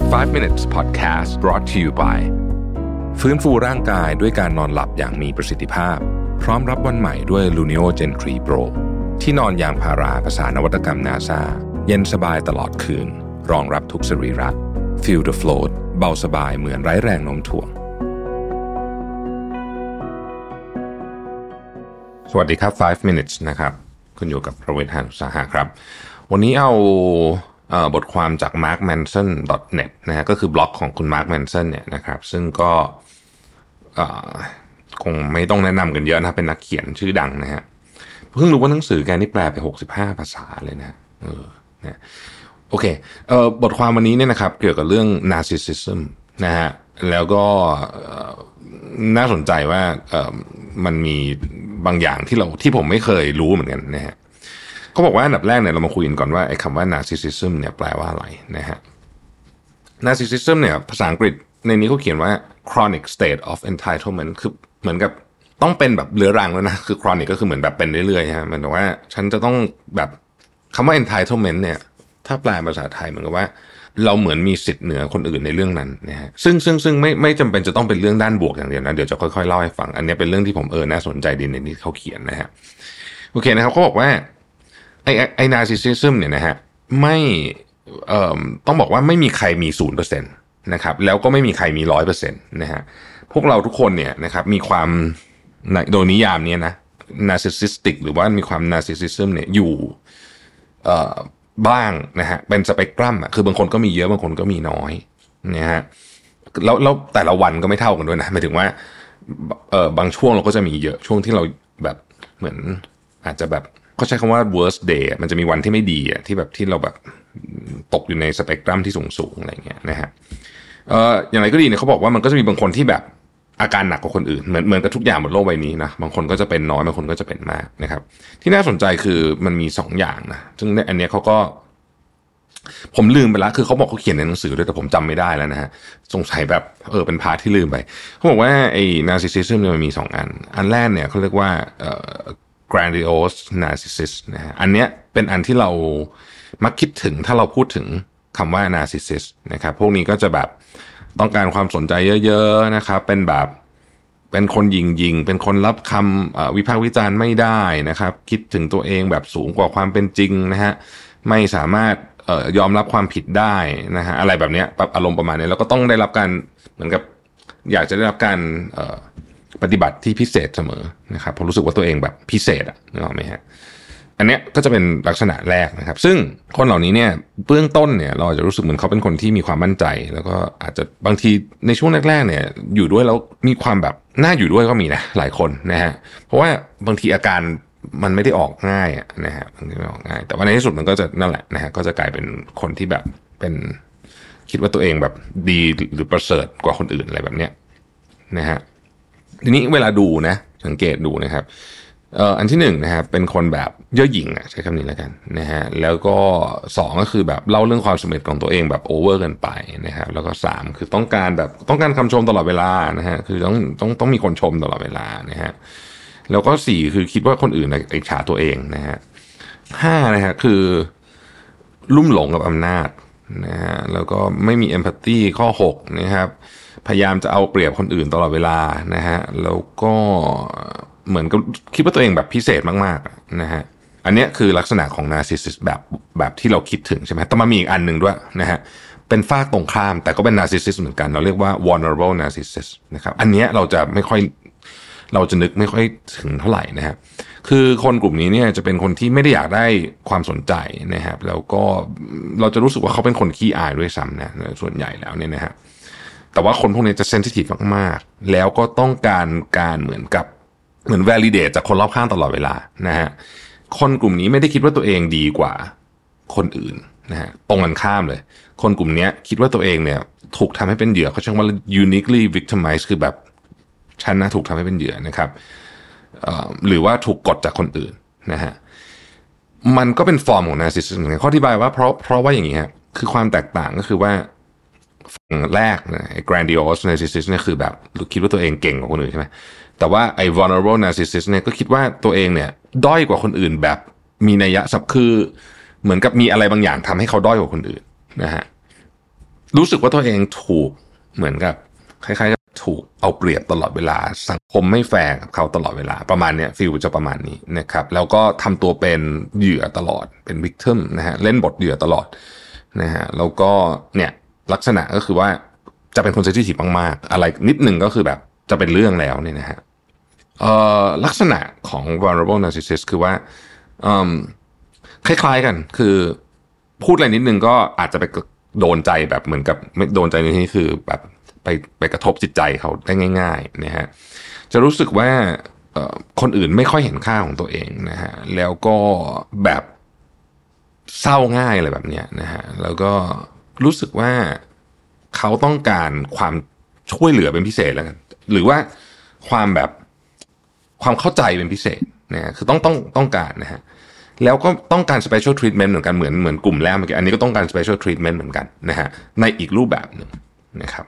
5 minutes podcast brought to you by ฟื้นฟูร่างกายด้วยการนอนหลับอย่างมีประสิทธิภาพพร้อมรับวันใหม่ด้วย Luno Gen 3 Pro ที่นอนยางพาราภาษานวัตกรรม NASA เย็นสบายตลอดคืนรองรับทุกสรีระ Feel the float เบาสบายเหมือนไร้แรงโน้มถ่วงสวัสดีครับ5 minutes นะครับคุณอยู่กับประเวศ หาญอุตสาหะครับวันนี้เอาบทความจาก markmanson.net นะฮะก็คือบล็อกของคุณ Mark Manson เนี่ยนะครับซึ่งก็คงไม่ต้องแนะนำกันเยอะนะเป็นนักเขียนชื่อดังนะฮะเพิ่งรู้ว่าหนังสือแกนี่แปลไป65ภาษาเลยนะนะโอเคบทความวันนี้เนี่ยนะครับเกี่ยวกับเรื่อง narcissism นะฮะแล้วก็น่าสนใจว่ามันมีบางอย่างที่ผมไม่เคยรู้เหมือนกันนะฮะเขาบอกว่าอันดับแรกเนี่ยเรามาคุยกันก่อนว่าไอ้คำว่า narcissism เนี่ยแปลว่าอะไรนะฮะ narcissism เนี่ยภาษาอังกฤษในนี้เขาเขียนว่า chronic state of entitlement คือเหมือนกับต้องเป็นแบบเรื้อรังแล้วนะคือ chronic ก็คือเหมือนแบบเป็นเรื่อยๆฮะมันบอกว่าฉันจะต้องแบบคำว่า entitlement เนี่ยถ้าแปลภาษาไทยเหมือนกับว่าเราเหมือนมีสิทธิ์เหนือคนอื่นในเรื่องนั้นนะฮะซึ่งไม่จำเป็นจะต้องเป็นเรื่องด้านบวกอย่างเดียวนะเดี๋ยวจะค่อยๆเล่าให้ฟังอันนี้เป็นเรื่องที่ผมน่าสนใจดีในที่เขาเขียนนะฮะโอเคนะครับเขาบอกว่าไอ้ narcissism เนี่ยนะฮะไม่ต้องบอกว่าไม่มีใครมี 0% นะครับแล้วก็ไม่มีใครมี 100% นะฮะพวกเราทุกคนเนี่ยนะครับมีความโดยนิยามนี้นะ narcissistic หรือว่ามีความ narcissism เนี่ยอยู่บ้างนะฮะเป็นสเปกตรัมอ่ะคือบางคนก็มีเยอะบางคนก็มีน้อยนะฮะแล้วแต่ละวันก็ไม่เท่ากันด้วยนะหมายถึงว่าบางช่วงเราก็จะมีเยอะช่วงที่เราแบบเหมือนอาจจะแบบเขาใช้คำว่า worst day มันจะมีวันที่ไม่ดีอ่ะที่แบบที่เราแบบตกอยู่ในสเปกตรัมที่สูงอะไรเงี้ยนะฮะอย่างไรก็ดีเนี่ยเขาบอกว่ามันก็จะมีบางคนที่แบบอาการหนักกว่าคนอื่นเหมือนกับทุกอย่างบนโลกใบนี้นะบางคนก็จะเป็นน้อยบางคนก็จะเป็นมากนะครับที่น่าสนใจคือมันมี2อย่างนะซึ่งอันนี้เขาก็ผมลืมไปแล้วคือเขาบอกเขาเขียนในหนังสือด้วยแต่ผมจำไม่ได้แล้วนะฮะสงสัยแบบเป็นพาร์ทที่ลืมไปเขาบอกว่าไอ้ narcissism เนี่ยมันมี2อันแรกเนี่ยเขาเรียกว่าgrandiose narcissist นะฮะอันเนี้ยเป็นอันที่เรามักคิดถึงถ้าเราพูดถึงคำว่า narcissist นะครับพวกนี้ก็จะแบบต้องการความสนใจเยอะๆนะครับเป็นแบบเป็นคนยิงเป็นคนรับคำวิพากษ์วิจารณ์ไม่ได้นะครับคิดถึงตัวเองแบบสูงกว่าความเป็นจริงนะฮะไม่สามารถยอมรับความผิดได้นะฮะอะไรแบบเนี้ยอารมณ์ประมาณนี้แล้วก็ต้องได้รับการเหมือนกับอยากจะได้รับการปฏิบัติที่พิเศษเสมอนะครับผมรู้สึกว่าตัวเองแบบพิเศษนึกออกไหมฮะอันเนี้ยก็จะเป็นลักษณะแรกนะครับซึ่งคนเหล่านี้เนี่ยเบื้องต้นเนี่ยเราอาจจะรู้สึกเหมือนเขาเป็นคนที่มีความมั่นใจแล้วก็อาจจะบางทีในช่วงแรกๆเนี่ยอยู่ด้วยแล้วมีความแบบน่าอยู่ด้วยก็มีนะหลายคนนะฮะเพราะว่าบางทีอาการมันไม่ได้ออกง่ายนะฮะมันไม่ออกง่ายแต่ว่าในที่สุดมันก็จะนั่นแหละนะฮะก็จะกลายเป็นคนที่แบบเป็นคิดว่าตัวเองแบบดีหรือประเสริฐกว่าคนอื่นอะไรแบบเนี้ยนะฮะทีนี้เวลาดูนะสังเกตดูนะครับอันที่1นะครับเป็นคนแบบเย่อหยิ่งใช้คำนี้แล้วกันนะฮะแล้วก็2ก็คือแบบเล่าเรื่องความสำเร็จของตัวเองแบบโอเวอร์เกินไปนะครับแล้วก็3คือต้องการคำชมตลอดเวลานะฮะคือต้องมีคนชมตลอดเวลานะฮะแล้วก็4คือคิดว่าคนอื่นอิจฉาตัวเองนะฮะ5นะฮะคือลุ่มหลงกับอำนาจนะฮะแล้วก็ไม่มีเอมพัตตีข้อ6นะครับพยายามจะเอาเปรียบคนอื่นตลอดเวลานะฮะแล้วก็เหมือนกับคิดว่าตัวเองแบบพิเศษมากๆนะฮะอันนี้คือลักษณะของ narcissist แบบที่เราคิดถึงใช่ไหมแต่มันมีอีกอันหนึ่งด้วยนะฮะเป็นฝากตรงข้ามแต่ก็เป็น narcissist เหมือนกันเราเรียกว่า vulnerable narcissist นะครับอันนี้เราจะนึกไม่ค่อยถึงเท่าไหร่นะฮะคือคนกลุ่มนี้เนี่ยจะเป็นคนที่ไม่ได้อยากได้ความสนใจนะครับแล้วก็เราจะรู้สึกว่าเขาเป็นคนขี้อายด้วยซ้ำนะส่วนใหญ่แล้วเนี่ยนะฮะแต่ว่าคนพวกนี้จะเซนซิทีฟมากๆแล้วก็ต้องการเหมือน validate จากคนรอบข้างตลอดเวลานะฮะคนกลุ่มนี้ไม่ได้คิดว่าตัวเองดีกว่าคนอื่นนะฮะตรงกันข้ามเลยคนกลุ่มนี้คิดว่าตัวเองเนี่ยถูกทำให้เป็นเหยื่อเขาใช้คำว่า uniquely victimized คือแบบฉันนะถูกทำให้เป็นเหยื่อนะครับหรือว่าถูกกดจากคนอื่นนะฮะมันก็เป็นฟอร์มของ narcissism เหมือนกันข้ออธิบายว่าเพราะว่าอย่างนี้ฮะคือความแตกต่างก็คือว่าฝั่งแรกนะไอ้ grandiose narcissist เนี่ยคือแบบคิดว่าตัวเองเก่งกว่าคนอื่นใช่ไหมแต่ว่าไอ้ vulnerable narcissist เนี่ยก็คิดว่าตัวเองเนี่ยด้อยกว่าคนอื่นแบบมีนัยสำคัญคือเหมือนกับมีอะไรบางอย่างทำให้เขาด้อยกว่าคนอื่นนะฮะรู้สึกว่าตัวเองถูกเหมือนกับคล้ายๆกับถูกเอาเปรียบตลอดเวลาสังคมไม่แฟร์กับเขาตลอดเวลาประมาณเนี้ยฟีลจะประมาณนี้นะครับแล้วก็ทำตัวเป็นเหยื่อตลอดเป็นวิกทิมนะฮะเล่นบทเหยื่อตลอดนะฮะแล้วก็เนี่ยลักษณะก็คือว่าจะเป็นคนเซนซิทีฟมากๆอะไรนิดหนึ่งก็คือแบบจะเป็นเรื่องแล้วเนี่ยนะฮะลักษณะของ vulnerable narcissist คือว่าคล้ายๆกันคือพูดอะไรนิดนึงก็อาจจะไปโดนใจแบบเหมือนกับไม่โดนใจในที่นี้คือแบบไปกระทบจิตใจเขาได้ง่ายๆนะฮะจะรู้สึกว่าคนอื่นไม่ค่อยเห็นค่าของตัวเองนะฮะแล้วก็แบบเศร้าง่ายอะไรแบบเนี้ยนะฮะแล้วก็รู้สึกว่าเขาต้องการความช่วยเหลือเป็นพิเศษแล้วกันหรือว่าความแบบความเข้าใจเป็นพิเศษนะฮะคือต้องการนะฮะแล้วก็ต้องการ special treatment เหมือนกันเหมือนกลุ่มแรกเมื่อกี้อันนี้ก็ต้องการ special treatment เหมือนกันนะฮะในอีกรูปแบบหนึ่งนะครับ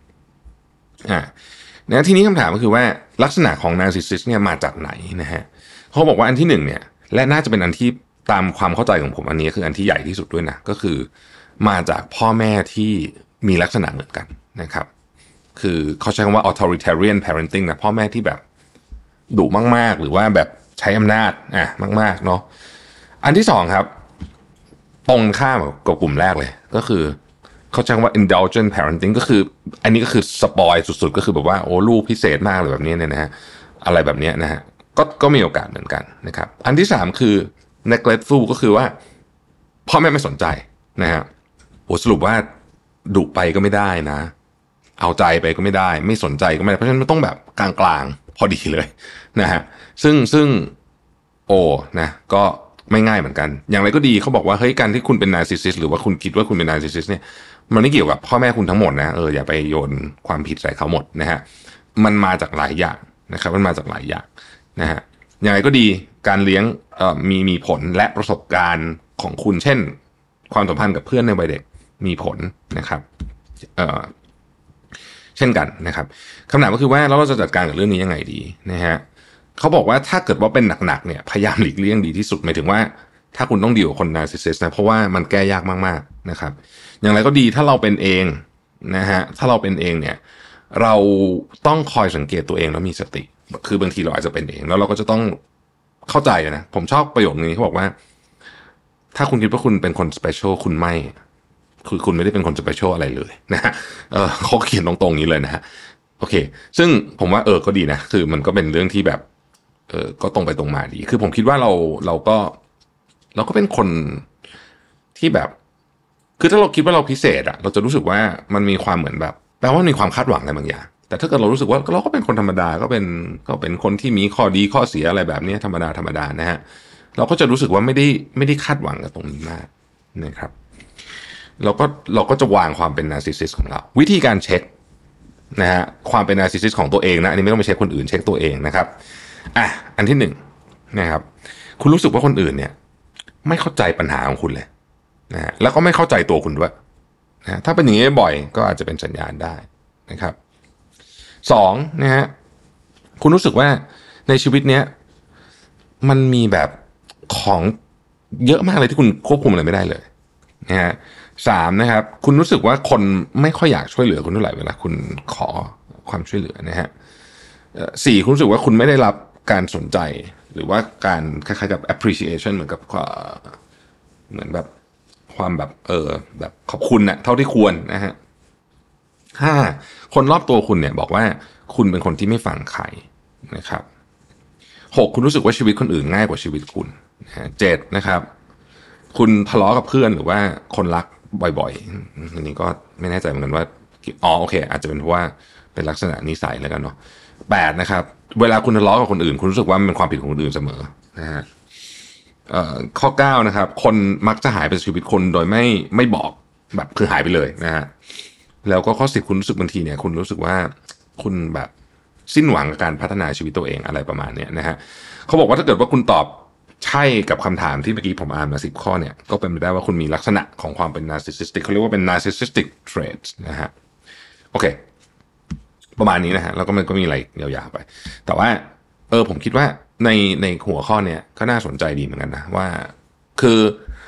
นะทีนี้คำถามก็คือว่าลักษณะของ narcissist เนี่ยมาจากไหนนะฮะเขาบอกว่าอันที่หนึ่งเนี่ยและน่าจะเป็นอันที่ตามความเข้าใจของผมอันนี้คืออันที่ใหญ่ที่สุดด้วยนะก็คือมาจากพ่อแม่ที่มีลักษณะเหมือนกันนะครับคือเขาใช้คำว่า authoritarian parenting นะพ่อแม่ที่แบบดุมากๆหรือว่าแบบใช้อำนาจมากๆเนาะอันที่สองครับตรงข้ามกับกลุ่มแรกเลยก็คือเขาใช้คำว่า indulgent parenting ก็คืออันนี้ก็คือสปอยสุดๆก็คือแบบว่าโอ้ลูกพิเศษมากเลยแบบนี้เนี่ยนะฮะอะไรแบบนี้นะฮะก็มีโอกาสเหมือนกันนะครับอันที่สามคือ neglectful ก็คือว่าพ่อแม่ไม่สนใจนะฮะโอ้สรุปว่าดุไปก็ไม่ได้นะเอาใจไปก็ไม่ได้ไม่สนใจก็ไม่ได้เพราะฉะนั้นมันต้องแบบกลางๆพอดีเลยนะฮะซึ่งโอ้นะก็ไม่ง่ายเหมือนกันอย่างไรก็ดีเขาบอกว่าเฮ้ยการที่คุณเป็นนาร์ซิสซิสหรือว่าคุณคิดว่าคุณเป็นนาร์ซิสซิสเนี่ยมันไม่เกี่ยวกับพ่อแม่คุณทั้งหมดนะอย่าไปโยนความผิดใส่เขาหมดนะฮะมันมาจากหลายอย่างนะครับมันมาจากหลายอย่างนะฮะอย่างไรก็ดีการเลี้ยงมีผลและประสบการณ์ของคุณเช่นความสัมพันธ์กับเพื่อนในวัยเด็กมีผลนะครับเช่นกันนะครับคำถามก็คือว่าเราจะจัดการกับเรื่องนี้ยังไงดีนะฮะเขาบอกว่าถ้าเกิดว่าเป็นหนักๆเนี่ยพยายามหลีกเลี่ยงดีที่สุดหมายถึงว่าถ้าคุณต้องดีลกับคนนาร์ซิสซิสนะเพราะว่ามันแก้ยากมากๆนะครับอย่างไรก็ดีถ้าเราเป็นเองนะฮะถ้าเราเป็นเองเนี่ยเราต้องคอยสังเกตตัวเองแล้วมีสติคือบางทีเราอาจจะเป็นเองแล้วเราก็จะต้องเข้าใจนะผมชอบประโยคนี้เขาบอกว่าถ้าคุณคิดว่าคุณเป็นคนสเปเชียลคุณไม่คือคุณไม่ได้เป็นคนสเปเชียลอะไรเลยนะฮะเขาเขียนตรงๆนี้เลยนะฮะโอเคซึ่งผมว่าก็ดีนะคือมันก็เป็นเรื่องที่แบบก็ตรงไปตรงมาดีคือผมคิดว่าเราก็เป็นคนที่แบบคือถ้าเราคิดว่าเราพิเศษอะเราจะรู้สึกว่ามันมีความเหมือนแบบแปลว่ามีความคาดหวังอะไรบางอย่างแต่ถ้าเกิดเรารู้สึกว่าเราก็เป็นคนธรรมดาก็เป็นคนที่มีข้อดีข้อเสียอะไรแบบนี้ธรรมดานะฮะเราก็จะรู้สึกว่าไม่ได้คาดหวังกับตรงนี้มากนะครับเราก็จะวางความเป็นนาร์ซิสซิสของเราวิธีการเช็คนะฮะความเป็นนาร์ซิสซิสของตัวเองนะอันนี้ไม่ต้องไปเช็คคนอื่นเช็คตัวเองนะครับอันที่หนึ่งนะครับคุณรู้สึกว่าคนอื่นเนี่ยไม่เข้าใจปัญหาของคุณเลยนะฮะแล้วก็ไม่เข้าใจตัวคุณด้วยนะถ้าเป็นอย่างนี้บ่อยก็อาจจะเป็นสัญญาณได้นะครับสองนะฮะคุณรู้สึกว่าในชีวิตเนี้ยมันมีแบบของเยอะมากเลยที่คุณควบคุมอะไรไม่ได้เลยนะฮะสามนะครับคุณรู้สึกว่าคนไม่ค่อยอยากช่วยเหลือคุณเท่าไหร่เวลาคุณขอความช่วยเหลือนะฮะสี่คุณรู้สึกว่าคุณไม่ได้รับการสนใจหรือว่าการคล้ายๆกับ appreciation เหมือนกับเหมือนแบบความแบบแบบขอบคุณนะเท่าที่ควรนะฮะห้าคนรอบตัวคุณเนี่ยบอกว่าคุณเป็นคนที่ไม่ฟังใครนะครับหกคุณรู้สึกว่าชีวิตคนอื่นง่ายกว่าชีวิตคุณเจ็ดนะครับคุณทะเลาะกับเพื่อนหรือว่าคนรักบ่อยๆอันนี้ก็ไม่แน่ใจเหมือนกันว่าโอเคอาจจะเป็นเพราะว่าเป็นลักษณะนิสัยแล้วกันเนาะแปดนะครับเวลาคุณทะเลาะกับคนอื่นคุณรู้สึกว่ามันเป็นความผิดของคนอื่นเสมอนะฮะข้อ9นะครับคนมักจะหายไปจากชีวิตคนโดยไม่บอกแบบคือหายไปเลยนะฮะแล้วก็ข้อ10คุณรู้สึกบางทีเนี่ยคุณรู้สึกว่าคุณแบบสิ้นหวังกับการพัฒนาชีวิตตัวเองอะไรประมาณเนี้ยนะฮะเขาบอกว่าถ้าเกิดว่าคุณตอบใช่กับคำถามที่เมื่อกี้ผมอ่านมา10ข้อเนี่ยก็เป็นไปได้ว่าคุณมีลักษณะของความเป็น narcissistic เขาเรียกว่าเป็น narcissistic trait นะฮะโอเคประมาณนี้นะฮะแล้วก็มันก็มีอะไรยาวๆไปแต่ว่าผมคิดว่าในหัวข้อเนี่ยก็น่าสนใจดีเหมือนกันนะว่าคือ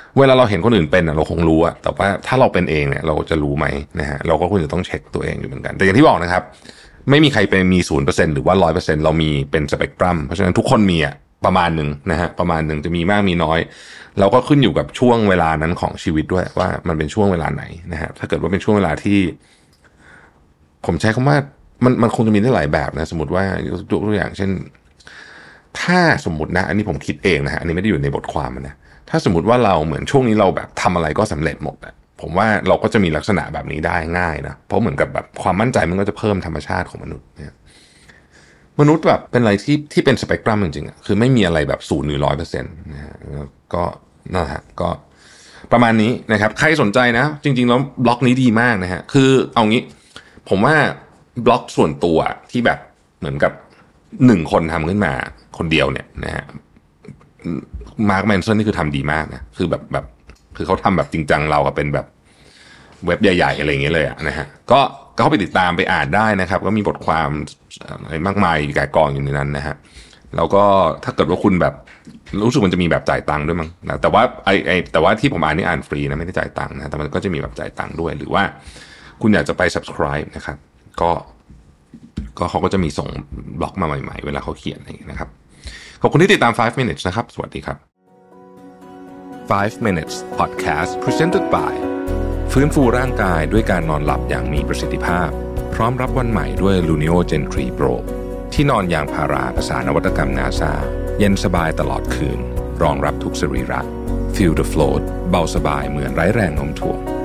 เวลาเราเห็นคนอื่นเป็นเราคงรู้อะแต่ว่าถ้าเราเป็นเองเนี่ยเราจะรู้ไหมนะฮะเราก็ควรจะต้องเช็คตัวเองอยู่เหมือนกันแต่อย่างที่บอกนะครับไม่มีใครเป็นมี 0% หรือว่า 100% เรามีเป็นสเปกตรัมเพราะฉะนั้นทุกคนมีอะประมาณหนึ่งนะฮะประมาณหนึ่งจะมีมากมีน้อยเราก็ขึ้นอยู่กับช่วงเวลานั้นของชีวิตด้วยว่ามันเป็นช่วงเวลาไหนนะฮะถ้าเกิดว่าเป็นช่วงเวลาที่ผมใช้คำว่ามันคงจะมีได้หลายแบบนะสมมติว่ายกตัวอย่างเช่นถ้าสมมตินะอันนี้ผมคิดเองนะฮะอันนี้ไม่ได้อยู่ในบทความนะถ้าสมมติว่าเราเหมือนช่วงนี้เราแบบทำอะไรก็สำเร็จหมดอะผมว่าเราก็จะมีลักษณะแบบนี้ได้ง่ายนะเพราะเหมือนกับแบบความมั่นใจมันก็จะเพิ่มธรรมชาติของมนุษย์เนี่ยมนุษย์แบบเป็นอะไรที่เป็นสเปกตรัมจริงๆอะคือไม่มีอะไรแบบ0หรือ 100% นะฮะก็นั่นแหละก็ประมาณนี้นะครับใครสนใจนะจริงๆแล้วบล็อกนี้ดีมากนะฮะคือเอางี้ผมว่าบล็อกส่วนตัวที่แบบเหมือนกับ1คนทำขึ้นมาคนเดียวเนี่ยนะฮะมาร์คแมนสันนี่คือทำดีมากนะคือแบบคือเขาทำแบบจริงจังเราก็เป็นแบบเว็บใหญ่ๆอะไรอย่างเงี้ยเลยนะฮะก็เข้าไปติดตามไปอ่านได้นะครับก็มีบทความอะไรมากมายก่ายกองอยู่ในนั้นนะฮะแล้วก็ถ้าเกิดว่าคุณแบบรู้สึกมันจะมีแบบจ่ายตังค์ด้วยมั้งนะแต่ว่าแต่ว่าที่ผมอ่านนี่อ่านฟรีนะไม่ได้จ่ายตังค์นะแต่มันก็จะมีแบบจ่ายตังค์ด้วยหรือว่าคุณอยากจะไป subscribe นะครับก็เขาก็จะมีส่งบล็อกมาใหม่ๆเวลาเขาเขียนอะไรอย่างเงี้ยนะครับขอบคุณที่ติดตาม 5 minutes นะครับสวัสดีครับ5 minutes podcast presented by ฟื้นฟูร่างกายด้วยการนอนหลับอย่างมีประสิทธิภาพพร้อมรับวันใหม่ด้วย Luno Gen 3 Pro ที่นอนยางพาราภาษานวัตกรรม NASA เย็นสบายตลอดคืนรองรับทุกสรีระ Feel the float เบาสบายเหมือนไร้แรงโน้มถ่วง